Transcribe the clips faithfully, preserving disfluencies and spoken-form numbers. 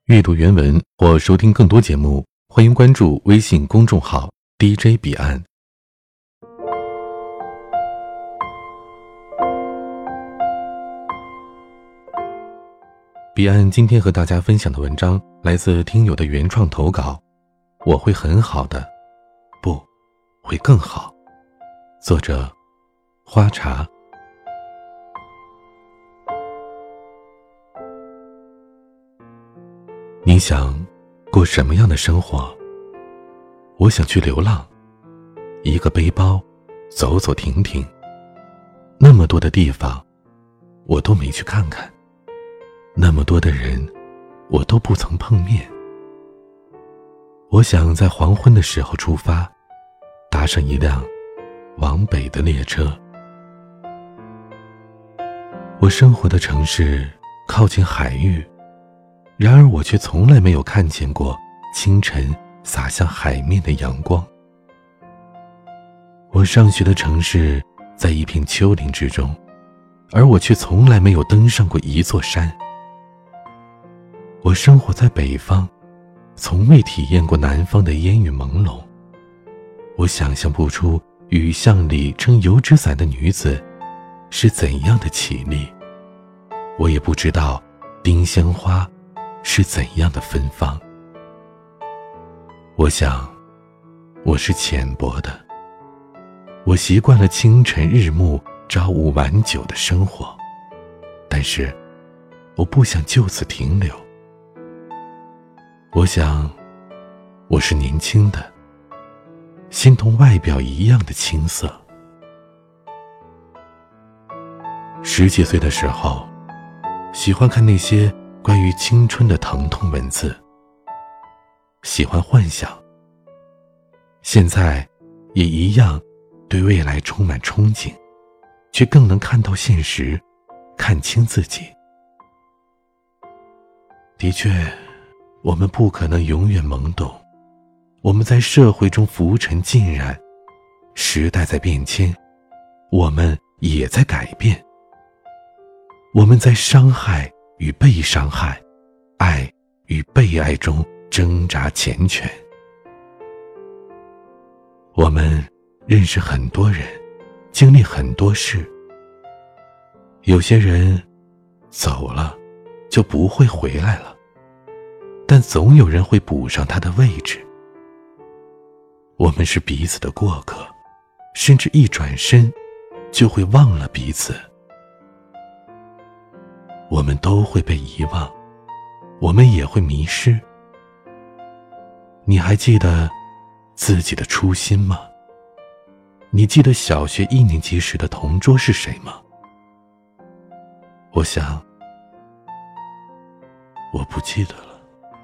阅读原文或收听更多节目，欢迎关注微信公众号 D J 彼岸。彼岸今天和大家分享的文章来自听友的原创投稿，我会很好的，不，会更好。作者花茶。你想过什么样的生活？我想去流浪，一个背包，走走停停。那么多的地方，我都没去看看；那么多的人，我都不曾碰面。我想在黄昏的时候出发，搭上一辆往北的列车。我生活的城市靠近海域，然而我却从来没有看见过清晨洒向海面的阳光。我上学的城市在一片丘陵之中，而我却从来没有登上过一座山。我生活在北方，从未体验过南方的烟雨朦胧。我想象不出雨巷里撑油纸伞的女子是怎样的绮丽，我也不知道丁香花是怎样的芬芳。我想我是浅薄的，我习惯了清晨日暮朝五晚九的生活，但是我不想就此停留。我想我是年轻的，心同外表一样的青涩。十几岁的时候，喜欢看那些关于青春的疼痛文字，喜欢幻想。现在也一样对未来充满憧憬，却更能看到现实，看清自己。的确，我们不可能永远懵懂，我们在社会中浮沉浸染，时代在变迁，我们也在改变。我们在伤害与被伤害，爱与被爱中挣扎缱绻。我们认识很多人，经历很多事。有些人走了就不会回来了，但总有人会补上他的位置。我们是彼此的过客，甚至一转身就会忘了彼此。我们都会被遗忘，我们也会迷失。你还记得自己的初心吗？你记得小学一年级时的同桌是谁吗？我想我不记得了。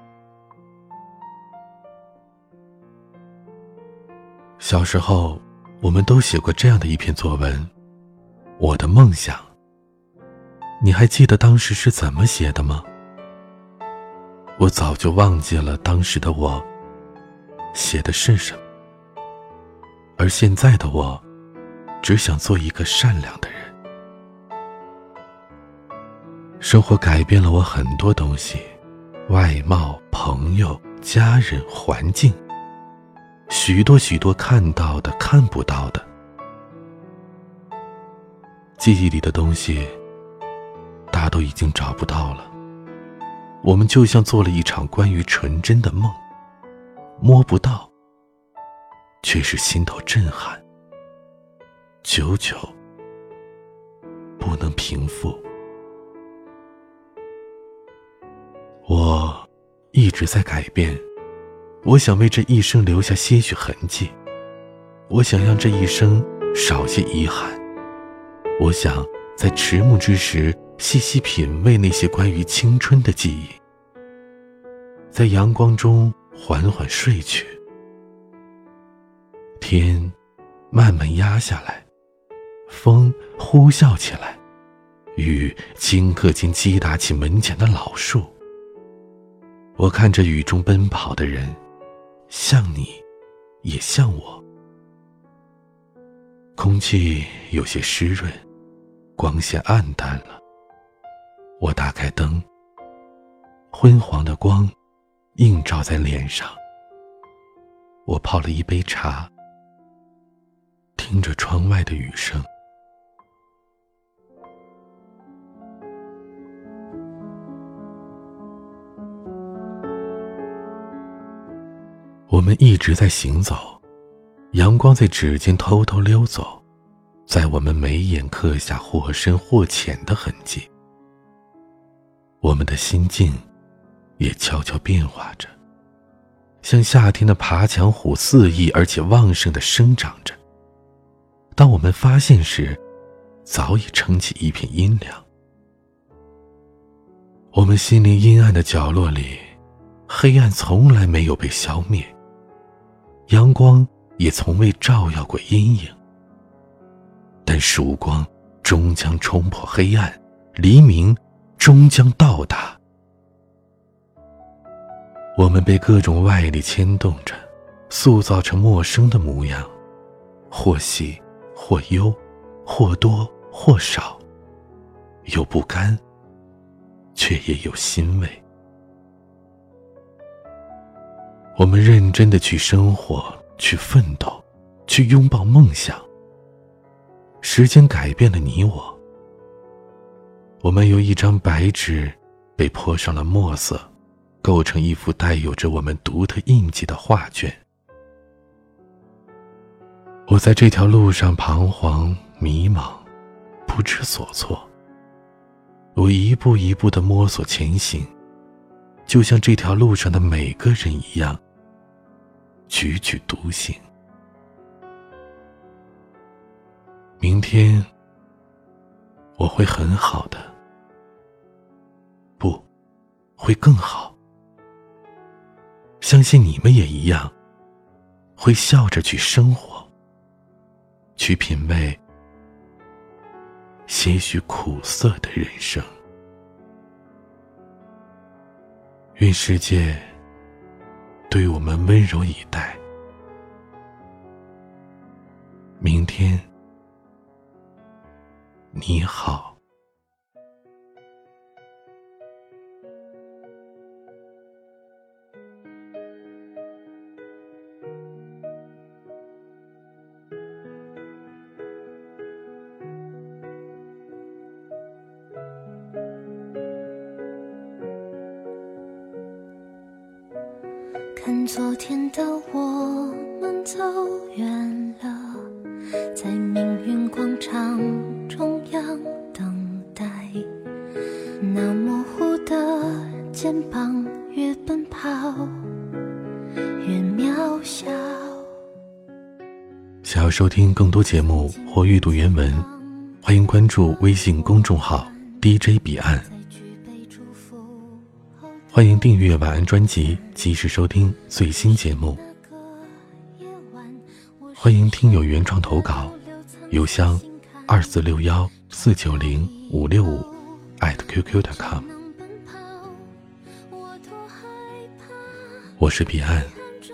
小时候我们都写过这样的一篇作文，我的梦想。你还记得当时是怎么写的吗？我早就忘记了当时的我写的是什么，而现在的我只想做一个善良的人。生活改变了我很多东西，外貌、朋友、家人、环境，许多许多看到的看不到的。记忆里的东西大都已经找不到了，我们就像做了一场关于纯真的梦，摸不到，却是心头震撼，久久不能平复。我一直在改变，我想为这一生留下些许痕迹，我想让这一生少些遗憾，我想在迟暮之时细细品味那些关于青春的记忆，在阳光中缓缓睡去。天慢慢压下来，风呼啸起来，雨顷刻间击打起门前的老树。我看着雨中奔跑的人，像你，也像我。空气有些湿润，光线暗淡了。我打开灯， 昏黄的光映照在脸上。我泡了一杯茶，听着窗外的雨声。我们一直在行走，阳光在指尖偷偷溜走，在我们眉眼刻下或深或浅的痕迹。我们的心境也悄悄变化着，像夏天的爬墙虎肆意而且旺盛地生长着。当我们发现时，早已撑起一片阴凉。我们心灵阴暗的角落里，黑暗从来没有被消灭，阳光也从未照耀过阴影。但曙光终将冲破黑暗，黎明终将到达。我们被各种外力牵动着，塑造成陌生的模样，或喜或忧，或多或少，有不甘，却也有欣慰。我们认真地去生活，去奋斗，去拥抱梦想。时间改变了你我，我们由一张白纸被泼上了墨色，构成一幅带有着我们独特印记的画卷。我在这条路上彷徨迷茫，不知所措。我一步一步地摸索前行，就像这条路上的每个人一样，踽踽独行。明天我会很好的，不，会更好。相信你们也一样，会笑着去生活，去品味些许苦涩的人生。愿世界对我们温柔以待。明天你好。 看昨天的我们走远了，在命运广场中央等待，那模糊的肩膀越奔跑越渺小。 想要收听更多节目或阅读原文，欢迎关注微信公众号 D J 彼岸。欢迎订阅晚安专辑，及时收听最新节目。欢迎听友原创投稿，邮箱二四六一四九零五六五 at qq 点 com。 我是彼岸，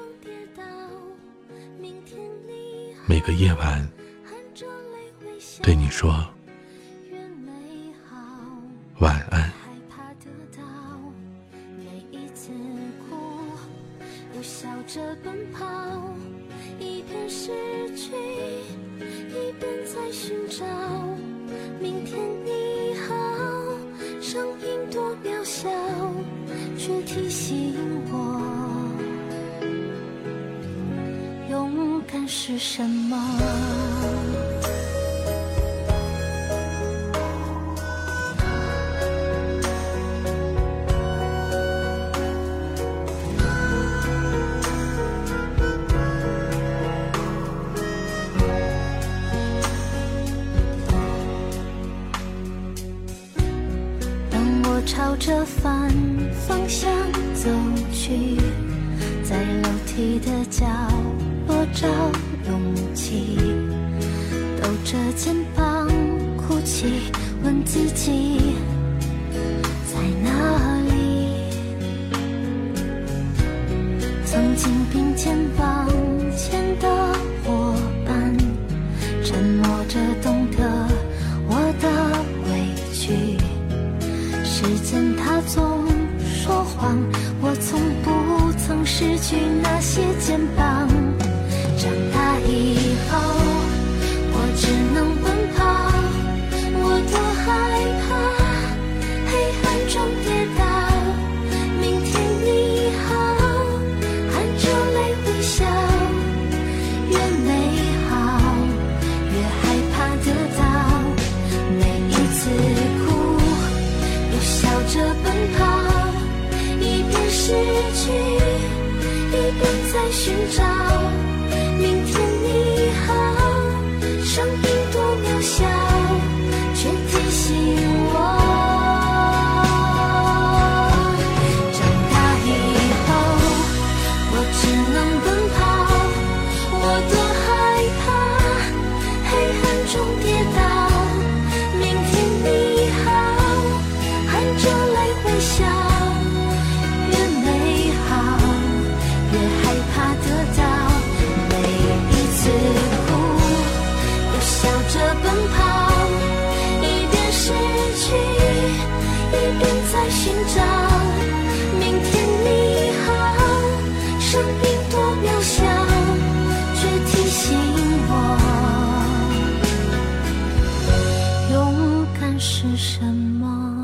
每个夜晚对你说晚安。 笑着奔跑，一边失去，一边在寻找明天你好。声音多渺小，却提醒我，勇敢是什么。朝着反方向走去，在楼梯的角落找勇气，抖着肩膀哭泣，问自己在哪里。曾经并肩往前的伙伴，沉默着懂得我的委屈，时间它总说谎。 去那些肩膀。长大以后，我只能奔跑，我多害怕黑暗中跌倒。明天你好，含着泪微笑，越美好越害怕得到。每一次哭又笑着奔跑，一边失去一边在寻找。明天你好，声音多渺小，却提醒我，长大以后我只能奔跑，我多害怕黑暗中跌倒。明天你好，含着泪微笑，越美好越害怕得到。每一次哭又笑着奔跑，一边失去一边在寻找。明天你好，生命多渺小，却提醒我，勇敢是什么。